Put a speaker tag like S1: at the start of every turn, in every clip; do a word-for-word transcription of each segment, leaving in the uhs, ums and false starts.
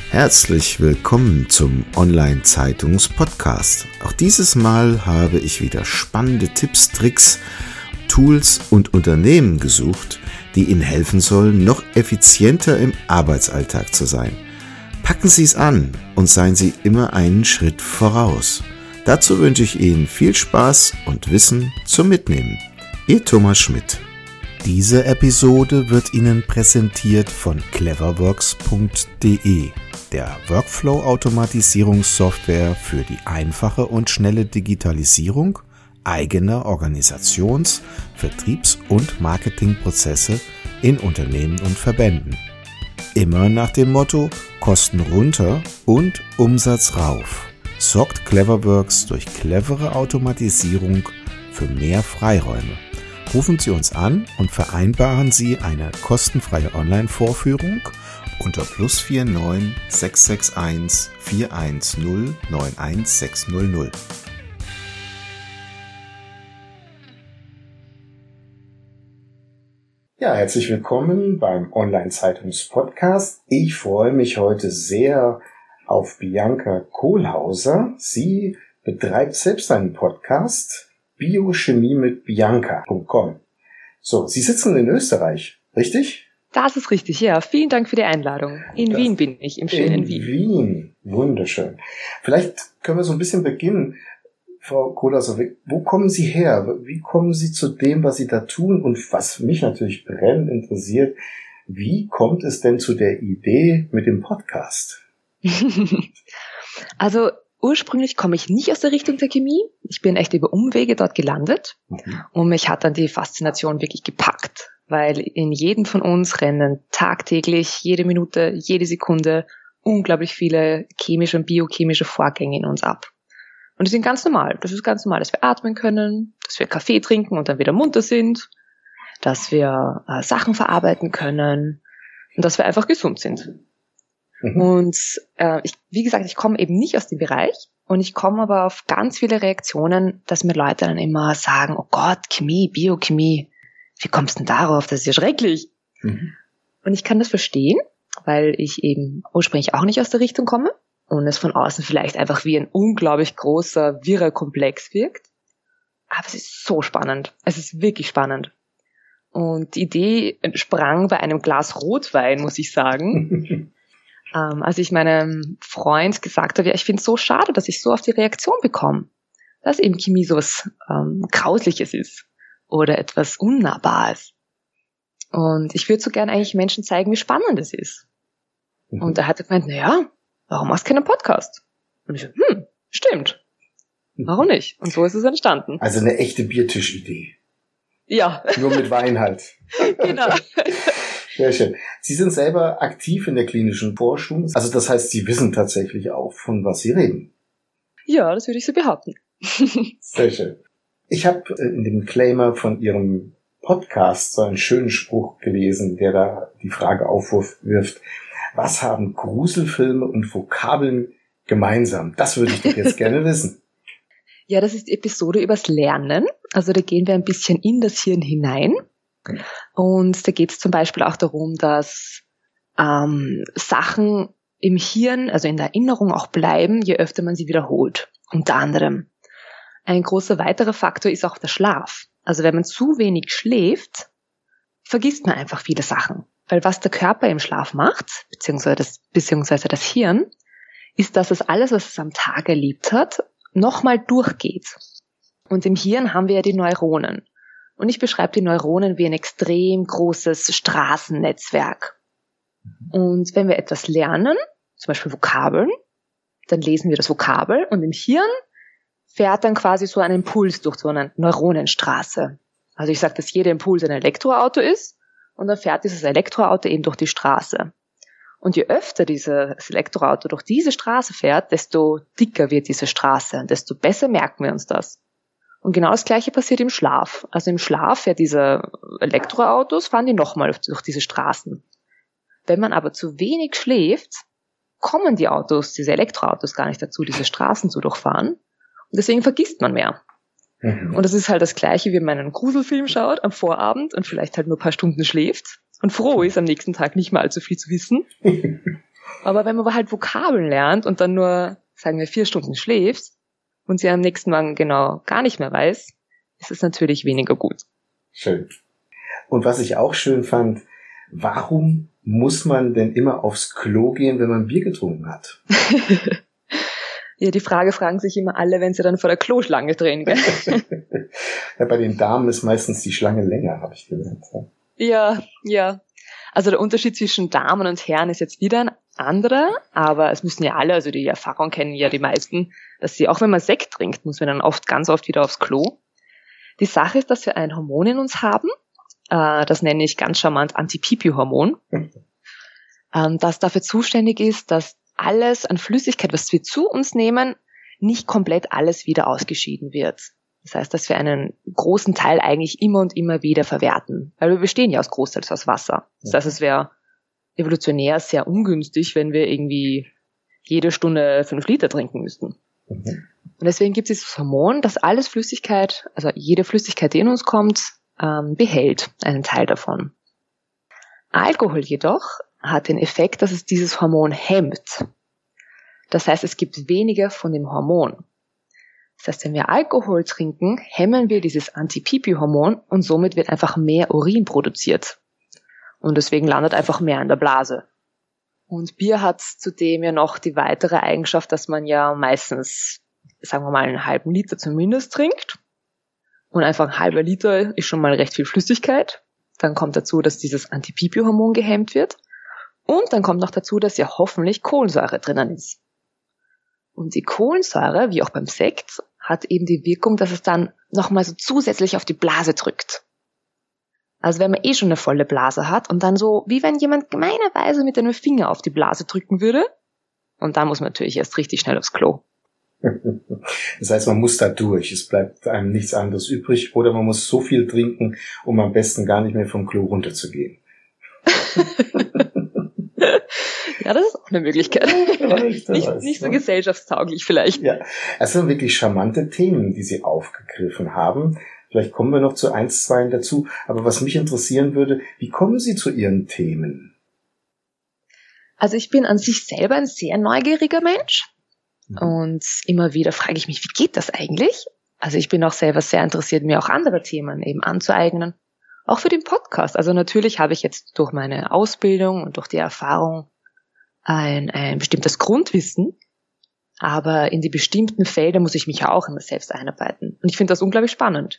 S1: Herzlich willkommen zum Online-Zeitungs-Podcast. Auch dieses Mal habe ich wieder spannende Tipps, Tricks, Tools und Unternehmen gesucht, die Ihnen helfen sollen, noch effizienter im Arbeitsalltag zu sein. Packen Sie es an und seien Sie immer einen Schritt voraus. Dazu wünsche ich Ihnen viel Spaß und Wissen zum Mitnehmen. Ihr Thomas Schmidt. Diese Episode wird Ihnen präsentiert von cleverworks punkt de, der Workflow-Automatisierungssoftware für die einfache und schnelle Digitalisierung eigener Organisations-, Vertriebs- und Marketingprozesse in Unternehmen und Verbänden. Immer nach dem Motto Kosten runter und Umsatz rauf sorgt Cleverworks durch clevere Automatisierung für mehr Freiräume. Rufen Sie uns an und vereinbaren Sie eine kostenfreie Online-Vorführung unter plus vier neun sechs sechs eins vier eins null neun eins sechs null null. Ja, herzlich willkommen beim Online-Zeitungs-Podcast. Ich freue mich heute sehr auf Bianca Kohlhauser. Sie betreibt selbst einen Podcast, Biochemie mit Bianca punkt com. So, Sie sitzen in Österreich, richtig?
S2: Das ist richtig, ja. Vielen Dank für die Einladung. In das Wien bin ich, im schönen
S1: in
S2: Wien.
S1: In Wien, wunderschön. Vielleicht können wir so ein bisschen beginnen. Frau Kohlhauser, wo kommen Sie her? Wie kommen Sie zu dem, was Sie da tun? Und was mich natürlich brennend interessiert, wie kommt es denn zu der Idee mit dem Podcast?
S2: Also ursprünglich komme ich nicht aus der Richtung der Chemie. Ich bin echt über Umwege dort gelandet. Mhm. Und mich hat dann die Faszination wirklich gepackt, weil in jedem von uns rennen tagtäglich, jede Minute, jede Sekunde unglaublich viele chemische und biochemische Vorgänge in uns ab. Und die sind ganz normal. Das ist ganz normal, dass wir atmen können, dass wir Kaffee trinken und dann wieder munter sind, dass wir äh, Sachen verarbeiten können und dass wir einfach gesund sind. Mhm. Und äh, ich, wie gesagt, ich komme eben nicht aus dem Bereich und ich komme aber auf ganz viele Reaktionen, dass mir Leute dann immer sagen, oh Gott, Chemie, Biochemie, wie kommst du denn darauf? Das ist ja schrecklich. Mhm. Und ich kann das verstehen, weil ich eben ursprünglich auch nicht aus der Richtung komme und es von außen vielleicht einfach wie ein unglaublich großer, wirrer Komplex wirkt. Aber es ist so spannend. Es ist wirklich spannend. Und die Idee entsprang bei einem Glas Rotwein, muss ich sagen. ähm, als ich meinem Freund gesagt habe, ja, ich finde es so schade, dass ich so auf die Reaktion bekomme, dass eben Chemie so was ähm, Grausliches ist oder etwas Unnahbares. Und ich würde so gerne eigentlich Menschen zeigen, wie spannend es ist. Mhm. Und er hat gemeint, naja, warum machst du keinen Podcast? Und ich so, hm, stimmt. Warum nicht? Und so ist es entstanden.
S1: Also eine echte Biertischidee.
S2: Ja.
S1: Nur mit Wein halt.
S2: Genau.
S1: Sehr schön. Sie sind selber aktiv in der klinischen Forschung. Also das heißt, Sie wissen tatsächlich auch, von was Sie reden.
S2: Ja, das würde ich so behaupten.
S1: Sehr schön. Ich habe in dem Claimer von Ihrem Podcast so einen schönen Spruch gelesen, der da die Frage aufwirft, was haben Gruselfilme und Vokabeln gemeinsam? Das würde ich doch jetzt gerne wissen.
S2: Ja, das ist die Episode übers Lernen. Also da gehen wir ein bisschen in das Hirn hinein. Und da geht es zum Beispiel auch darum, dass ähm, Sachen im Hirn, also in der Erinnerung auch bleiben, je öfter man sie wiederholt. Unter anderem. Ein großer weiterer Faktor ist auch der Schlaf. Also wenn man zu wenig schläft, vergisst man einfach viele Sachen. Weil was der Körper im Schlaf macht, beziehungsweise das, beziehungsweise das Hirn, ist, dass es alles, was es am Tag erlebt hat, nochmal durchgeht. Und im Hirn haben wir ja die Neuronen. Und ich beschreibe die Neuronen wie ein extrem großes Straßennetzwerk. Und wenn wir etwas lernen, zum Beispiel Vokabeln, dann lesen wir das Vokabel und im Hirn fährt dann quasi so ein Impuls durch so eine Neuronenstraße. Also ich sage, dass jeder Impuls ein Elektroauto ist und dann fährt dieses Elektroauto eben durch die Straße. Und je öfter dieses Elektroauto durch diese Straße fährt, desto dicker wird diese Straße und desto besser merken wir uns das. Und genau das Gleiche passiert im Schlaf. Also im Schlaf, ja, diese Elektroautos fahren die nochmal durch diese Straßen. Wenn man aber zu wenig schläft, kommen die Autos, diese Elektroautos gar nicht dazu, diese Straßen zu durchfahren. Und deswegen vergisst man mehr. Mhm. Und das ist halt das Gleiche, wie man einen Gruselfilm schaut am Vorabend und vielleicht halt nur ein paar Stunden schläft und froh ist, am nächsten Tag nicht mehr allzu viel zu wissen. Aber wenn man halt Vokabeln lernt und dann nur, sagen wir, vier Stunden schläft und sie am nächsten Morgen genau gar nicht mehr weiß, ist es natürlich weniger gut.
S1: Schön. Und was ich auch schön fand, warum muss man denn immer aufs Klo gehen, wenn man Bier getrunken hat?
S2: Ja, die Frage fragen sich immer alle, wenn sie dann vor der Kloschlange drehen, gell?
S1: Ja, bei den Damen ist meistens die Schlange länger, habe ich gelernt.
S2: Ja, ja. Also der Unterschied zwischen Damen und Herren ist jetzt wieder ein anderer, aber es müssen ja alle, also die Erfahrung kennen ja die meisten, dass sie, auch wenn man Sekt trinkt, muss man dann oft, ganz oft wieder aufs Klo. Die Sache ist, dass wir ein Hormon in uns haben, äh, das nenne ich ganz charmant Anti-Pipi-Hormon, ähm, das dafür zuständig ist, dass alles an Flüssigkeit, was wir zu uns nehmen, nicht komplett alles wieder ausgeschieden wird. Das heißt, dass wir einen großen Teil eigentlich immer und immer wieder verwerten, weil wir bestehen ja aus großteils aus Wasser. Das heißt, es wäre evolutionär sehr ungünstig, wenn wir irgendwie jede Stunde fünf Liter trinken müssten. Mhm. Und deswegen gibt es dieses Hormon, das alles Flüssigkeit, also jede Flüssigkeit, die in uns kommt, ähm, behält, einen Teil davon. Alkohol jedoch hat den Effekt, dass es dieses Hormon hemmt. Das heißt, es gibt weniger von dem Hormon. Das heißt, wenn wir Alkohol trinken, hemmen wir dieses Anti-Pipi-Hormon und somit wird einfach mehr Urin produziert. Und deswegen landet einfach mehr in der Blase. Und Bier hat zudem ja noch die weitere Eigenschaft, dass man ja meistens, sagen wir mal, einen halben Liter zumindest trinkt. Und einfach ein halber Liter ist schon mal recht viel Flüssigkeit. Dann kommt dazu, dass dieses Anti-Pipi-Hormon gehemmt wird. Und dann kommt noch dazu, dass ja hoffentlich Kohlensäure drinnen ist. Und die Kohlensäure, wie auch beim Sekt, hat eben die Wirkung, dass es dann nochmal so zusätzlich auf die Blase drückt. Also wenn man eh schon eine volle Blase hat und dann so, wie wenn jemand gemeinerweise mit einem Finger auf die Blase drücken würde. Und dann muss man natürlich erst richtig schnell aufs Klo.
S1: Das heißt, man muss da durch. Es bleibt einem nichts anderes übrig. Oder man muss so viel trinken, um am besten gar nicht mehr vom Klo runterzugehen.
S2: Ja, das ist auch eine Möglichkeit. Ja, nicht weiß, nicht so ne? gesellschaftstauglich vielleicht.
S1: Ja, es sind wirklich charmante Themen, die Sie aufgegriffen haben. Vielleicht kommen wir noch zu eins, zwei dazu. Aber was mich interessieren würde, wie kommen Sie zu Ihren Themen?
S2: Also ich bin an sich selber ein sehr neugieriger Mensch. Mhm. Und immer wieder frage ich mich, wie geht das eigentlich? Also ich bin auch selber sehr interessiert, mir auch andere Themen eben anzueignen. Auch für den Podcast. Also natürlich habe ich jetzt durch meine Ausbildung und durch die Erfahrung ein, ein bestimmtes Grundwissen, aber in die bestimmten Felder muss ich mich ja auch immer selbst einarbeiten. Und ich finde das unglaublich spannend.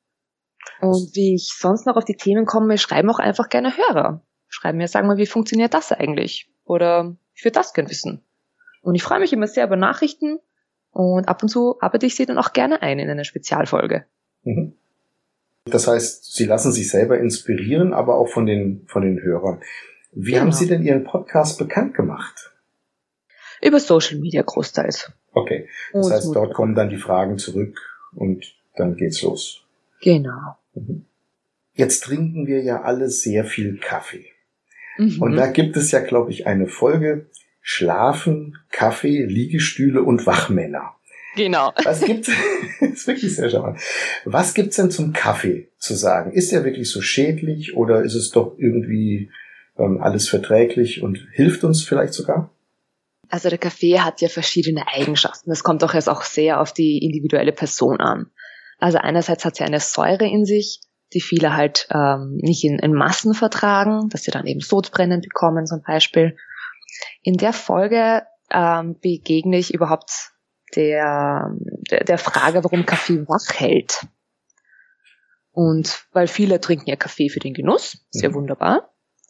S2: Und wie ich sonst noch auf die Themen komme, schreiben auch einfach gerne Hörer. Schreiben mir, sagen mal, wie funktioniert das eigentlich? Oder ich würde das gerne wissen. Und ich freue mich immer sehr über Nachrichten und ab und zu arbeite ich sie dann auch gerne ein in eine Spezialfolge.
S1: Mhm. Das heißt, Sie lassen sich selber inspirieren, aber auch von den, von den Hörern. Wie genau. haben Sie denn Ihren Podcast bekannt gemacht?
S2: Über Social Media großteils.
S1: Okay, das und heißt, dort kommen dann die Fragen zurück und dann geht's los.
S2: Genau.
S1: Mhm. Jetzt trinken wir ja alle sehr viel Kaffee. Mhm. Und da gibt es ja, glaube ich, eine Folge Schlafen, Kaffee, Liegestühle und Wachmänner.
S2: Genau.
S1: Was gibt's? Das ist wirklich sehr charmant. Was gibt's denn zum Kaffee zu sagen? Ist er wirklich so schädlich oder ist es doch irgendwie ähm, alles verträglich und hilft uns vielleicht sogar?
S2: Also der Kaffee hat ja verschiedene Eigenschaften. Das kommt doch jetzt auch sehr auf die individuelle Person an. Also einerseits hat sie eine Säure in sich, die viele halt ähm, nicht in, in Massen vertragen, dass sie dann eben Sodbrennen bekommen zum Beispiel. In der Folge ähm, begegne ich überhaupt der, der, der Frage, warum Kaffee wach hält. Und weil viele trinken ja Kaffee für den Genuss, sehr mhm. wunderbar.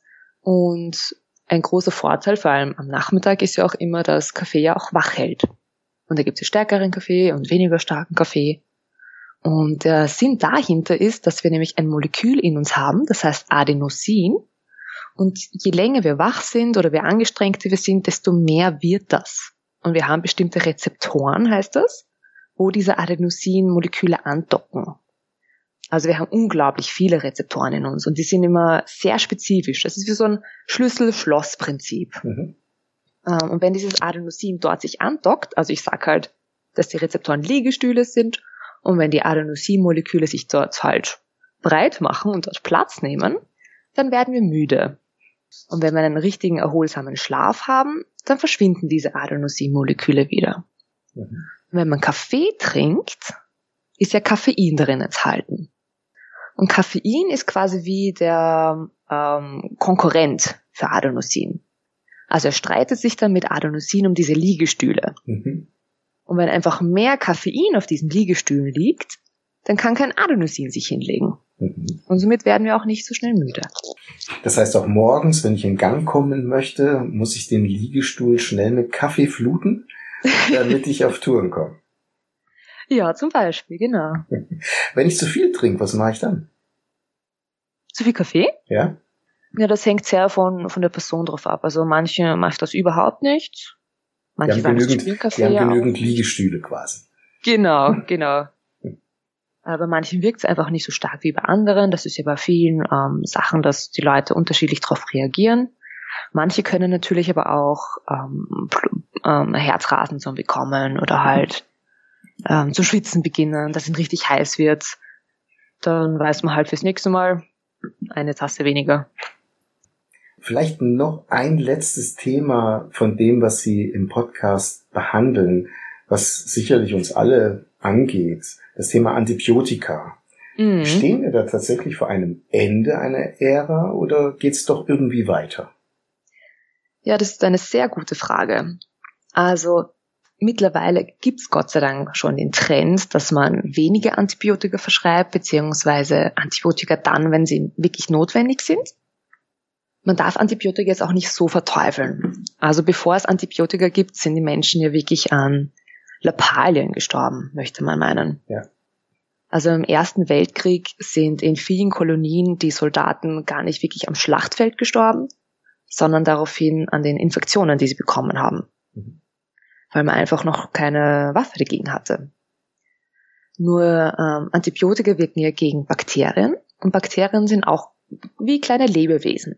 S2: Und ein großer Vorteil, vor allem am Nachmittag, ist ja auch immer, dass Kaffee ja auch wach hält. Und da gibt es stärkeren Kaffee und weniger starken Kaffee. Und der Sinn dahinter ist, dass wir nämlich ein Molekül in uns haben, das heißt Adenosin. Und je länger wir wach sind oder je angestrengter wir sind, desto mehr wird das. Und wir haben bestimmte Rezeptoren, heißt das, wo diese Adenosin-Moleküle andocken. Also wir haben unglaublich viele Rezeptoren in uns und die sind immer sehr spezifisch. Das ist wie so ein Schlüssel-Schloss-Prinzip. Mhm. Und wenn dieses Adenosin dort sich andockt, also ich sage halt, dass die Rezeptoren Liegestühle sind, und wenn die Adenosin-Moleküle sich dort halt breit machen und dort Platz nehmen, dann werden wir müde. Und wenn wir einen richtigen erholsamen Schlaf haben, dann verschwinden diese Adenosinmoleküle wieder. Mhm. Wenn man Kaffee trinkt, ist ja Koffein drin enthalten. Und Koffein ist quasi wie der ähm, Konkurrent für Adenosin. Also er streitet sich dann mit Adenosin um diese Liegestühle. Mhm. Und wenn einfach mehr Koffein auf diesen Liegestühlen liegt, dann kann kein Adenosin sich hinlegen. Mhm. Und somit werden wir auch nicht so schnell müde.
S1: Das heißt auch morgens, wenn ich in Gang kommen möchte, muss ich den Liegestuhl schnell mit Kaffee fluten, damit ich auf Touren komme.
S2: Ja, zum Beispiel, genau.
S1: Wenn ich zu viel trinke, was mache ich dann?
S2: Zu viel Kaffee?
S1: Ja.
S2: Ja, das hängt sehr von, von der Person drauf ab. Also manche machen das überhaupt nicht. Manche
S1: die haben genügend, Kaffee, die haben genügend Liegestühle quasi.
S2: Genau, genau. Aber bei manchen wirkt es einfach nicht so stark wie bei anderen. Das ist ja bei vielen ähm, Sachen, dass die Leute unterschiedlich darauf reagieren. Manche können natürlich aber auch ähm, ähm, Herzrasen zu bekommen oder halt ähm, zu schwitzen beginnen, dass es richtig heiß wird. Dann weiß man halt fürs nächste Mal eine Tasse weniger.
S1: Vielleicht noch ein letztes Thema von dem, was Sie im Podcast behandeln, was sicherlich uns alle angeht. Das Thema Antibiotika. Mhm. Stehen wir da tatsächlich vor einem Ende einer Ära oder geht's doch irgendwie weiter?
S2: Ja, das ist eine sehr gute Frage. Also mittlerweile gibt's Gott sei Dank schon den Trend, dass man weniger Antibiotika verschreibt, beziehungsweise Antibiotika dann, wenn sie wirklich notwendig sind. Man darf Antibiotika jetzt auch nicht so verteufeln. Also bevor es Antibiotika gibt, sind die Menschen ja wirklich an Lappalien gestorben, möchte man meinen.
S1: Ja.
S2: Also im Ersten Weltkrieg sind in vielen Kolonien die Soldaten gar nicht wirklich am Schlachtfeld gestorben, sondern daraufhin an den Infektionen, die sie bekommen haben. Mhm. Weil man einfach noch keine Waffe dagegen hatte. Nur ähm, Antibiotika wirken ja gegen Bakterien und Bakterien sind auch wie kleine Lebewesen.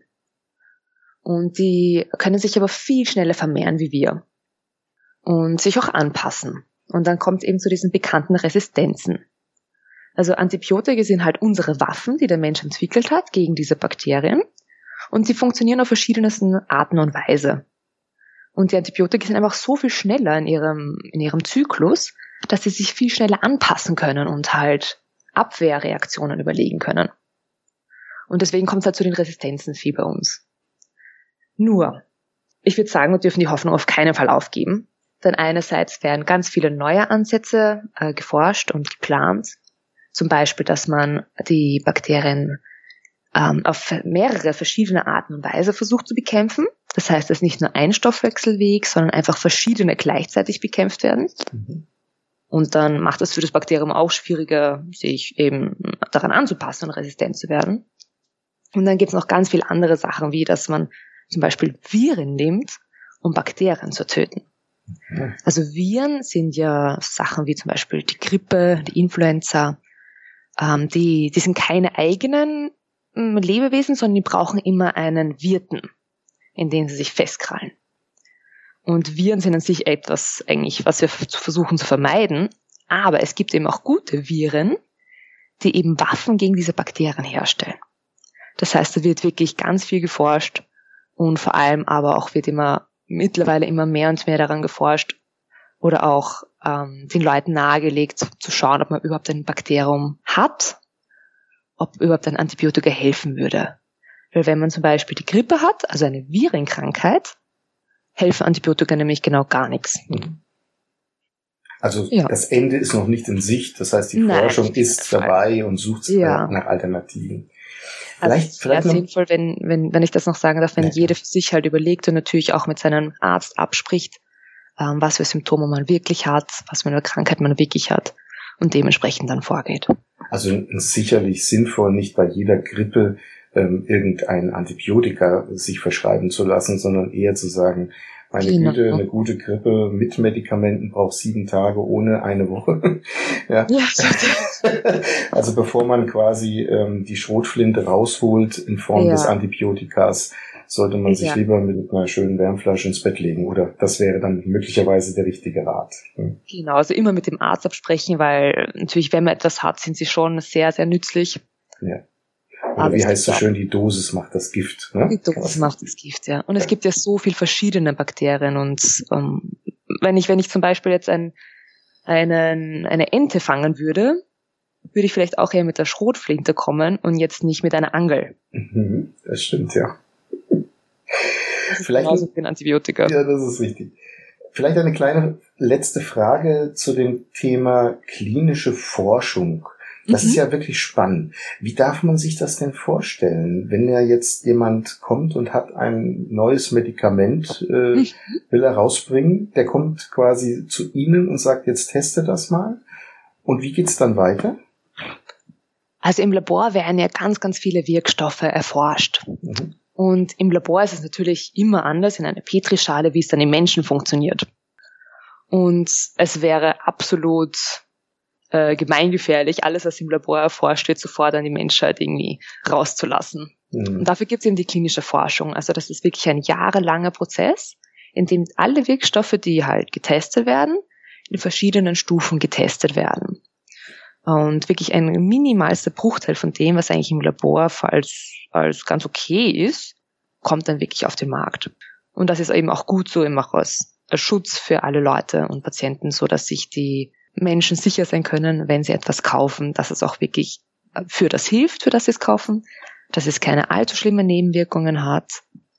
S2: Und die können sich aber viel schneller vermehren wie wir und sich auch anpassen. Und dann kommt es eben zu diesen bekannten Resistenzen. Also Antibiotika sind halt unsere Waffen, die der Mensch entwickelt hat gegen diese Bakterien. Und sie funktionieren auf verschiedensten Arten und Weise. Und die Antibiotika sind einfach so viel schneller in ihrem, in ihrem Zyklus, dass sie sich viel schneller anpassen können und halt Abwehrreaktionen überlegen können. Und deswegen kommt es halt zu den Resistenzen viel bei uns. Nur, ich würde sagen, wir dürfen die Hoffnung auf keinen Fall aufgeben. Denn einerseits werden ganz viele neue Ansätze äh, geforscht und geplant. Zum Beispiel, dass man die Bakterien ähm, auf mehrere verschiedene Arten und Weise versucht zu bekämpfen. Das heißt, dass nicht nur ein Stoffwechselweg, sondern einfach verschiedene gleichzeitig bekämpft werden. Mhm. Und dann macht es für das Bakterium auch schwieriger, sich eben daran anzupassen und resistent zu werden. Und dann gibt es noch ganz viele andere Sachen, wie dass man zum Beispiel Viren nimmt, um Bakterien zu töten. Mhm. Also Viren sind ja Sachen wie zum Beispiel die Grippe, die Influenza. Ähm, die, die sind keine eigenen ähm, Lebewesen, sondern die brauchen immer einen Wirten, in den sie sich festkrallen. Und Viren sind an sich etwas eigentlich, was wir versuchen zu vermeiden. Aber es gibt eben auch gute Viren, die eben Waffen gegen diese Bakterien herstellen. Das heißt, da wird wirklich ganz viel geforscht und vor allem aber auch wird immer mittlerweile immer mehr und mehr daran geforscht oder auch ähm, den Leuten nahegelegt zu schauen, ob man überhaupt ein Bakterium hat, ob überhaupt ein Antibiotika helfen würde. Weil wenn man zum Beispiel die Grippe hat, also eine Virenkrankheit, helfen Antibiotika nämlich genau gar nichts.
S1: Also ja. Das Ende ist noch nicht in Sicht, das heißt, die Nein, Forschung ist dabei und sucht ja. nach Alternativen.
S2: Vielleicht, also vielleicht wäre sinnvoll, wenn, wenn, wenn ich das noch sagen darf, wenn ja. jeder für sich halt überlegt und natürlich auch mit seinem Arzt abspricht, ähm, was für Symptome man wirklich hat, was für eine Krankheit man wirklich hat und dementsprechend dann vorgeht.
S1: Also sicherlich sinnvoll, nicht bei jeder Grippe ähm, irgendein Antibiotika sich verschreiben zu lassen, sondern eher zu sagen, meine genau. Güte, eine gute Grippe mit Medikamenten braucht sieben Tage ohne eine Woche. ja. ja also bevor man quasi ähm, die Schrotflinte rausholt in Form ja. des Antibiotikas, sollte man sich ja. lieber mit einer schönen Wärmflasche ins Bett legen. Oder das wäre dann möglicherweise der richtige Rat. Hm.
S2: Genau, also immer mit dem Arzt absprechen, weil natürlich, wenn man etwas hat, sind sie schon sehr, sehr nützlich.
S1: Ja. Oder wie heißt so schön, die Dosis macht das Gift. Ne?
S2: Die Dosis macht das Gift, ja. Und ja. Es gibt ja so viel verschiedene Bakterien. Und ähm, wenn ich wenn ich zum Beispiel jetzt ein, einen, eine Ente fangen würde, würde ich vielleicht auch eher mit der Schrotflinte kommen und jetzt nicht mit einer Angel.
S1: Mhm, das stimmt, ja.
S2: Das ist vielleicht genauso wie ein Antibiotika.
S1: Ja, das ist richtig. Vielleicht eine kleine letzte Frage zu dem Thema klinische Forschung. Das mhm. ist ja wirklich spannend. Wie darf man sich das denn vorstellen, wenn ja jetzt jemand kommt und hat ein neues Medikament, äh, mhm. will er rausbringen, der kommt quasi zu Ihnen und sagt, jetzt teste das mal. Und wie geht's dann weiter?
S2: Also im Labor werden ja ganz, ganz viele Wirkstoffe erforscht. Mhm. Und im Labor ist es natürlich immer anders in einer Petrischale, wie es dann im Menschen funktioniert. Und es wäre absolut äh, gemeingefährlich, alles, was im Labor erforscht wird, sofort an die Menschheit irgendwie rauszulassen. Mhm. Und dafür gibt es eben die klinische Forschung. Also das ist wirklich ein jahrelanger Prozess, in dem alle Wirkstoffe, die halt getestet werden, in verschiedenen Stufen getestet werden. Und wirklich ein minimalster Bruchteil von dem, was eigentlich im Labor als, als ganz okay ist, kommt dann wirklich auf den Markt. Und das ist eben auch gut so, eben auch als, als Schutz für alle Leute und Patienten, so dass sich die Menschen sicher sein können, wenn sie etwas kaufen, dass es auch wirklich für das hilft, für das sie es kaufen, dass es keine allzu schlimmen Nebenwirkungen hat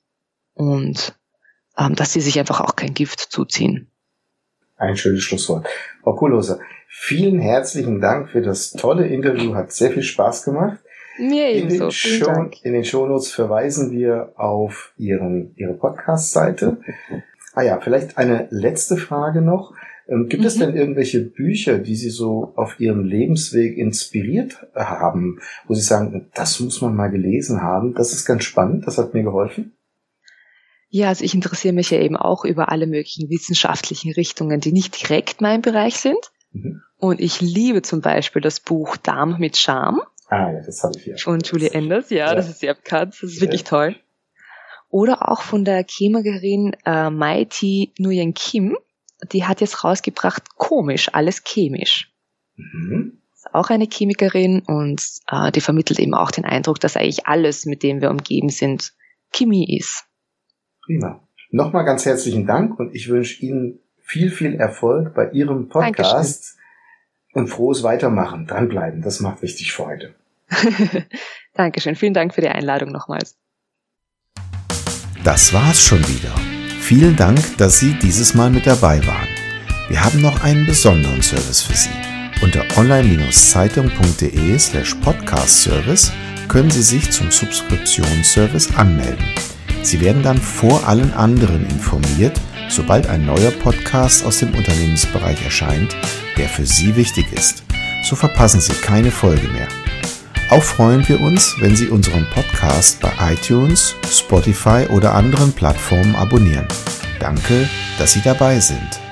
S2: und ähm, dass sie sich einfach auch kein Gift zuziehen.
S1: Ein schönes Schlusswort. Frau Kohlhauser, vielen herzlichen Dank für das tolle Interview. Hat sehr viel Spaß gemacht.
S2: Mir ebenso.
S1: In, Show, in den Shownotes verweisen wir auf Ihren, Ihre Podcast-Seite. Ah ja, vielleicht eine letzte Frage noch. Ähm, gibt mhm. es denn irgendwelche Bücher, die Sie so auf Ihrem Lebensweg inspiriert haben, wo Sie sagen, das muss man mal gelesen haben? Das ist ganz spannend, das hat mir geholfen.
S2: Ja, also ich interessiere mich ja eben auch über alle möglichen wissenschaftlichen Richtungen, die nicht direkt mein Bereich sind. Mhm. Und ich liebe zum Beispiel das Buch Darm mit Charme.
S1: Ah ja, das habe ich hier.
S2: Von Julie Enders, ja, ja, das ist sehr bekannt, das ist ja. wirklich toll. Oder auch von der Chemikerin äh, Mai-T Nguyen Kim, die hat jetzt rausgebracht, Komisch, alles chemisch. Mhm. Ist auch eine Chemikerin und äh, die vermittelt eben auch den Eindruck, dass eigentlich alles, mit dem wir umgeben sind, Chemie ist.
S1: Prima. Nochmal ganz herzlichen Dank und ich wünsche Ihnen viel, viel Erfolg bei Ihrem Podcast. Dankeschön. Und frohes Weitermachen, dranbleiben, das macht wichtig für heute.
S2: Dankeschön, vielen Dank für die Einladung nochmals.
S1: Das war's schon wieder. Vielen Dank, dass Sie dieses Mal mit dabei waren. Wir haben noch einen besonderen Service für Sie. Unter online-zeitung.de slash podcast-service können Sie sich zum Subskriptionsservice anmelden. Sie werden dann vor allen anderen informiert, sobald ein neuer Podcast aus dem Unternehmensbereich erscheint, der für Sie wichtig ist. So verpassen Sie keine Folge mehr. Auch freuen wir uns, wenn Sie unseren Podcast bei iTunes, Spotify oder anderen Plattformen abonnieren. Danke, dass Sie dabei sind.